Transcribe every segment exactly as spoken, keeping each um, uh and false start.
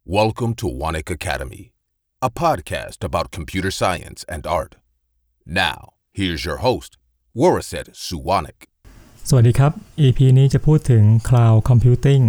Welcome to Wanik Academy, a podcast about computer science and art. Now, here's your host, Waraset Suwanik. สวัสดีครับ อี พี นี้จะพูดถึง Cloud Computing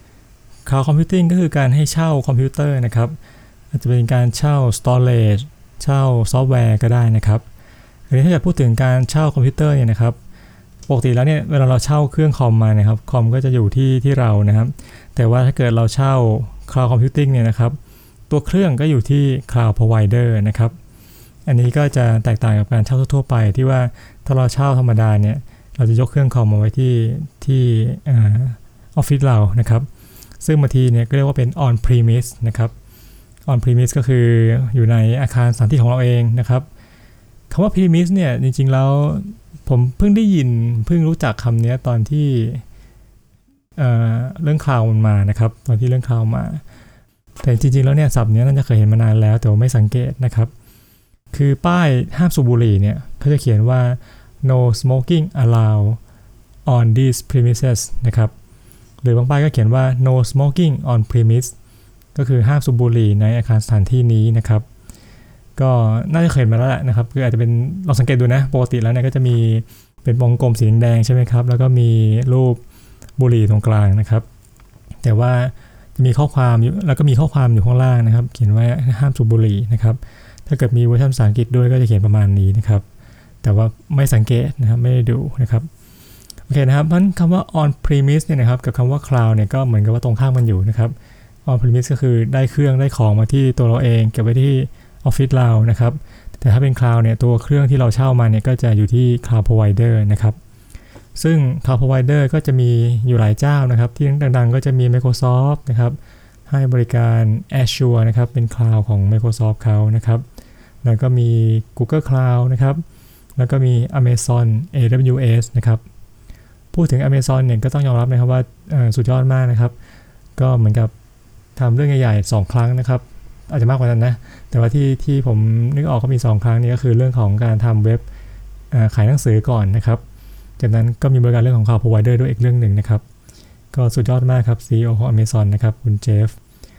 Cloud Computing ก็คือการให้เช่าคอมพิวเตอร์นะครับอาจจะเป็นการเช่า storage เช่าซอฟต์แวร์ก็ได้นะครับหรือถ้าจะพูดถึงการเช่าคอมพิวเตอร์เนี่ยนะครับปกติแล้วเนี่ยเวลาเราเช่าเครื่องคอมมานะครับคอมก็จะอยู่ที่ที่เรานะครับแต่ว่าถ้าเกิดเราเช่า Cloud Computing เนี่ยนะครับตัวเครื่องก็อยู่ที่ Cloud Provider นะครับอันนี้ก็จะแตกต่างกับการเช่าทั่วไปที่ว่าถ้าเราเช่าธรรมดาเนี่ยเราจะยกเครื่องคอมมาไว้ที่ที่ออฟฟิศเรานะครับซึ่งบางทีเนี่ยก็เรียกว่าเป็น on premise นะครับ on premise ก็คืออยู่ในอาคารสถานที่ของเราเองนะครับคำว่า premise เนี่ยจริงๆแล้วผมเพิ่งได้ยินเพิ่งรู้จักคำนี้ตอนที่เอ่อเรื่องคลาวด์มันมานะครับตอนที่เรื่องคลาวด์มาแต่จริงๆแล้วเนี่ยศัพท์นี้น่าจะเคยเห็นมานานแล้วแต่ว่าไม่สังเกตนะครับคือป้ายห้ามสูบบุหรี่เนี่ยเขาจะเขียนว่า no smoking allowed on these premises นะครับหรือบางป้ายก็เขียนว่า no smoking on premise ก็คือห้ามสูบบุหรี่ในอาคารสถานที่นี้นะครับก็น่าจะเคยเห็นมาแล้วแหละนะครับคืออาจจะเป็นลองสังเกตดูนะปกติแล้วเนี่ยก็จะมีเป็นวงกลมสีแดงใช่ไหมครับแล้วก็มีรูปบุหรี่ตรงกลางนะครับแต่ว่าจะมีข้อความอยู่แล้วก็มีข้อความอยู่ข้างล่างนะครับเขียนว่าห้ามสูบบุหรี่นะครับถ้าเกิดมีเวอร์ชันภาษาอังกฤษด้วยก็จะเขียนประมาณนี้นะครับแต่ว่าไม่สังเกตนะครับไม่ได้ดูนะครับโอเคนะครับเพราะฉะนั้นคำว่า on premise เนี่ยนะครับกับคำว่า cloud เนี่ยก็เหมือนกับว่าตรงข้ามกันอยู่นะครับ on premise ก็คือได้เครื่องได้ของมาที่ตัวเราเองเก็บไว้ที่ออฟฟิศเรานะครับแต่ถ้าเป็น cloud เนี่ยตัวเครื่องที่เราเช่ามาเนี่ยก็จะอยู่ที่ cloud provider นะครับซึ่ง cloud provider ก็จะมีอยู่หลายเจ้านะครับที่ดังๆก็จะมี Microsoft นะครับให้บริการ Azure นะครับเป็น cloud ของ Microsoft เขานะครับแล้วก็มี Google Cloud นะครับแล้วก็มี Amazon เอ ดับเบิลยู เอส นะครับพูดถึง Amazon เนี่ยก็ต้องยอมรับนะครับว่าสุดยอดมากนะครับก็เหมือนกับทำเรื่องใหญ่ๆสองครั้งนะครับอาจจะมากกว่านั้นนะแต่ว่าที่ที่ผมนึกออกก็มีสองครั้งนี้ก็คือเรื่องของการทำเว็บขายหนังสือก่อนนะครับจากนั้นก็มีบริการเรื่องของ Cloud Provider ด้วยอีกเรื่องหนึ่งนะครับก็สุดยอดมากครับ ซี อี โอ ของ Amazon นะครับคุณเจฟ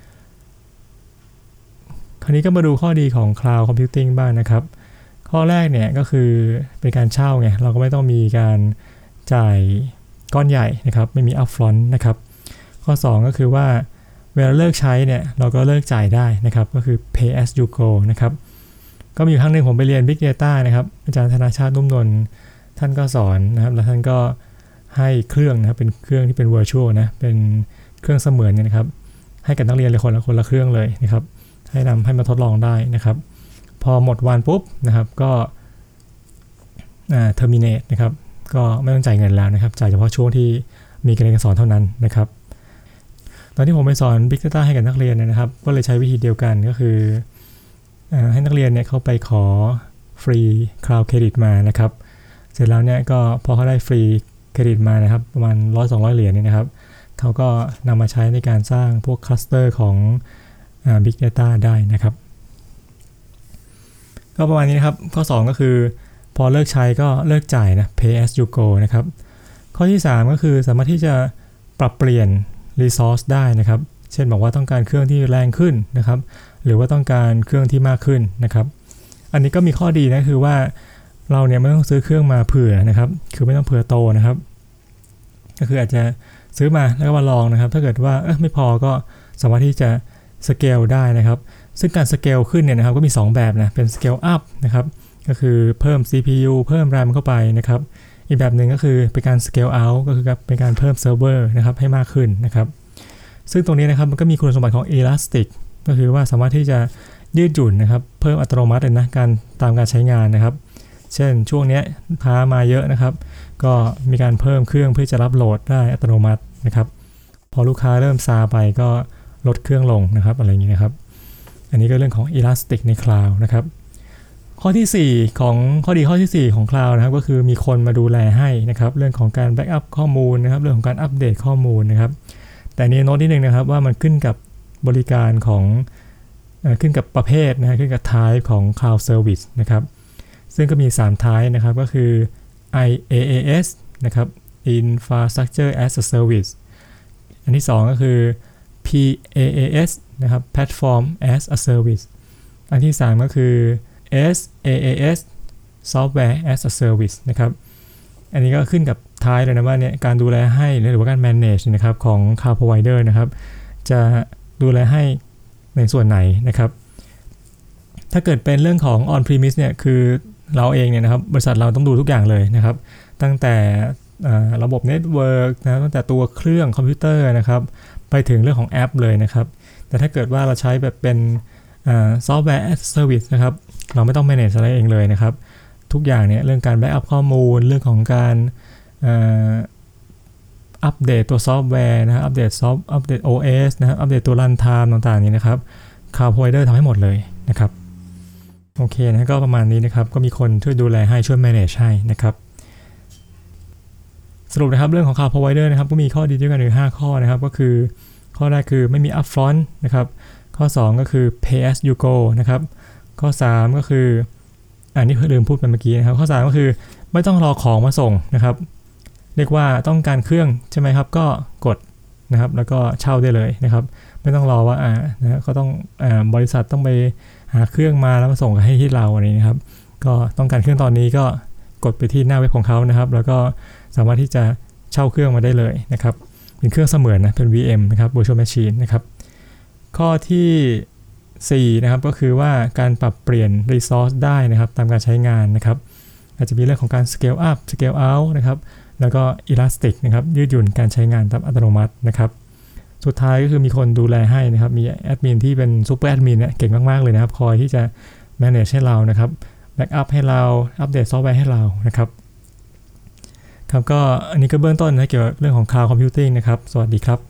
คราวนี้ก็มาดูข้อดีของ Cloud Computing บ้างนะครับข้อแรกเนี่ยก็คือเป็นการเช่าไงเราก็ไม่ต้องมีการจ่ายก้อนใหญ่นะครับไม่มี upfront นะครับข้อสองก็คือว่าเวลาเลิกใช้เนี่ยเราก็เลิกจ่ายได้นะครับก็คือ pay as you go นะครับก็มีครั้งหนึ่งผมไปเรียน Big Data นะครับอาจารย์ธนาชาตินุ่มนวลท่านก็สอนนะครับแล้วท่านก็ให้เครื่องนะครับเป็นเครื่องที่เป็น virtual นะเป็นเครื่องเสมือนเนี่ยนะครับให้กับนักเรียนเลยคนละคนละเครื่องเลยนะครับให้นำให้มาทดลองได้นะครับพอหมดวันปุ๊บนะครับก็อ่า terminate นะครับก็ไม่ต้องจ่ายเงินแล้วนะครับจ่ายเฉพาะช่วงที่มีการเรียนการสอนเท่านั้นนะครับตอนที่ผมไปสอน Big Data ให้กับนักเรียนนะครับก็เลยใช้วิธีเดียวกันก็คืออ่าให้นักเรียนเนี่ยเข้าไปขอฟรี Cloud Credit มานะครับเสร็จแล้วเนี่ยก็พอเขาได้ฟรีเครดิตมานะครับประมาณ หนึ่งร้อยถึงสองร้อย เหรียญเนี่ยนะครับเขาก็นำมาใช้ในการสร้างพวกคลัสเตอร์ของอ่า Big Data ได้นะครับก็ประมาณนี้นะครับข้อสองก็คือพอเลิกใช้ก็เลิกจ่ายนะ pay as you go นะครับข้อที่สามก็คือสามารถที่จะปรับเปลี่ยน resource ได้นะครับเช่นบอกว่าต้องการเครื่องที่แรงขึ้นนะครับหรือว่าต้องการเครื่องที่มากขึ้นนะครับอันนี้ก็มีข้อดีนะคือว่าเราเนี่ยไม่ต้องซื้อเครื่องมาเผื่อนะครับคือไม่ต้องเผื่อโตนะครับก็คืออาจจะซื้อมาแล้วก็มาลองนะครับถ้าเกิดว่าเออไม่พอก็สามารถที่จะสเกลได้นะครับซึ่งการสเกลขึ้นเนี่ยนะครับก็มีสองแบบนะเป็นสเกลอัพนะครับก็คือเพิ่ม ซี พี ยู เพิ่ม RAM เข้าไปนะครับอีกแบบหนึ่งก็คือเป็นการ scale out ก็คือเป็นการเพิ่มเซิร์ฟเวอร์นะครับให้มากขึ้นนะครับซึ่งตรงนี้นะครับมันก็มีคุณสมบัติของ elastic ก็คือว่าสามารถที่จะยืดหยุ่นนะครับเพิ่มอัตโนมัติเลยนะการตามการใช้งานนะครับเช่นช่วงนี้พามาเยอะนะครับก็มีการเพิ่มเครื่องเพื่อจะรับโหลดได้อัตโนมัตินะครับพอลูกค้าเริ่มซาไปก็ลดเครื่องลงนะครับอะไรอย่างนี้นะครับอันนี้ก็เรื่องของ elastic ใน cloud นะครับข้อที่สี่ของข้อดีข้อที่สี่ของ Cloud นะครับก็คือมีคนมาดูแลให้นะครับเรื่องของการแบ็กอัพข้อมูลนะครับเรื่องของการอัปเดตข้อมูลนะครับแต่นี้โน้ตนิดนึงนะครับว่ามันขึ้นกับบริการของเอ่อขึ้นกับประเภทนะขึ้นกับ type ของ Cloud Service นะครับซึ่งก็มีสาม type นะครับก็คือ ไอ เอ เอ เอส นะครับ Infrastructure as a Service อันที่สองก็คือ พีพี เอ เอ เอส นะครับ Platform as a Service อันที่สามก็คือ เอส เอ เอ เอส Software as a Service นะครับอันนี้ก็ขึ้นกับท้ายเลยนะว่าเนี่ยการดูแลให้หรือว่าการ manage นะครับของ Cloud Provider นะครับจะดูแลให้ในส่วนไหนนะครับถ้าเกิดเป็นเรื่องของ on premise เนี่ยคือเราเองเนี่ยนะครับบริษัทเราต้องดูทุกอย่างเลยนะครับตั้งแต่ระบบเน็ตเวิร์กนะตั้งแต่ตัวเครื่องคอมพิวเตอร์นะครับไปถึงเรื่องของแอปเลยนะครับแต่ถ้าเกิดว่าเราใช้แบบเป็นซอฟต์แวร์ as service นะครับเราไม่ต้อง manage อะไรเองเลยนะครับทุกอย่างเนี่ยเรื่องการแบ็กอัพข้อมูลเรื่องของการอัปเดตตัวซอฟต์แวร์นะครับอัปเดตซอฟต์อัปเดต โอ เอส นะครับอัปเดตตัว run time ต่างๆนี้นะครับ Cloud Provider ทำให้หมดเลยนะครับโอเคนะก็ประมาณนี้นะครับก็มีคนช่วยดูแลให้ช่วย manage ให้นะครับสรุปนะครับเรื่องของ Cloud Provider นะครับก็มีข้อดีด้วยกันอยู่ห้าข้อนะครับก็คือข้อแรกคือไม่มี upfront นะครับข้อสองก็คือ pay as you go นะครับข้อสามก็คืออันนี้ลืมพูดไปเมื่อกี้นะครับข้อสามก็คือไม่ต้องรอของมาส่งนะครับเรียกว่าต้องการเครื่องใช่ไหมครับก็กดนะครับแล้วก็เช่าได้เลยนะครับไม่ต้องรอว่าอ่านะก็ต้องอ่าบริษัทต้องไปหาเครื่องมาแล้วมาส่งให้ที่เราอะไรนี้นะครับก็ต้องการเครื่องตอนนี้ก็กดไปที่หน้าเว็บของเขานะครับแล้วก็สามารถที่จะเช่าเครื่องมาได้เลยนะครับเป็นเครื่องเสมือนนะเป็น วี เอ็ม นะครับ Virtual Machine นะครับข้อที่สี่นะครับก็คือว่าการปรับเปลี่ยน resource ได้นะครับตามการใช้งานนะครับอาจจะมีเรื่องของการ scale up scale out นะครับแล้วก็ elastic นะครับยืดหยุ่นการใช้งานตามอัตโนมัตินะครับสุดท้ายก็คือมีคนดูแลให้นะครับมีแอดมินที่เป็นซูเปอร์แอดมินเนี่ยเก่งมากๆเลยนะครับคอยที่จะ manage ให้เรานะครับแบ็กอัพให้เราอัปเดตซอฟต์แวร์ให้เรานะครับครับก็อันนี้ก็เบื้องต้นนะเกี่ยวกับเรื่องของ Cloud Computing นะครับสวัสดีครับ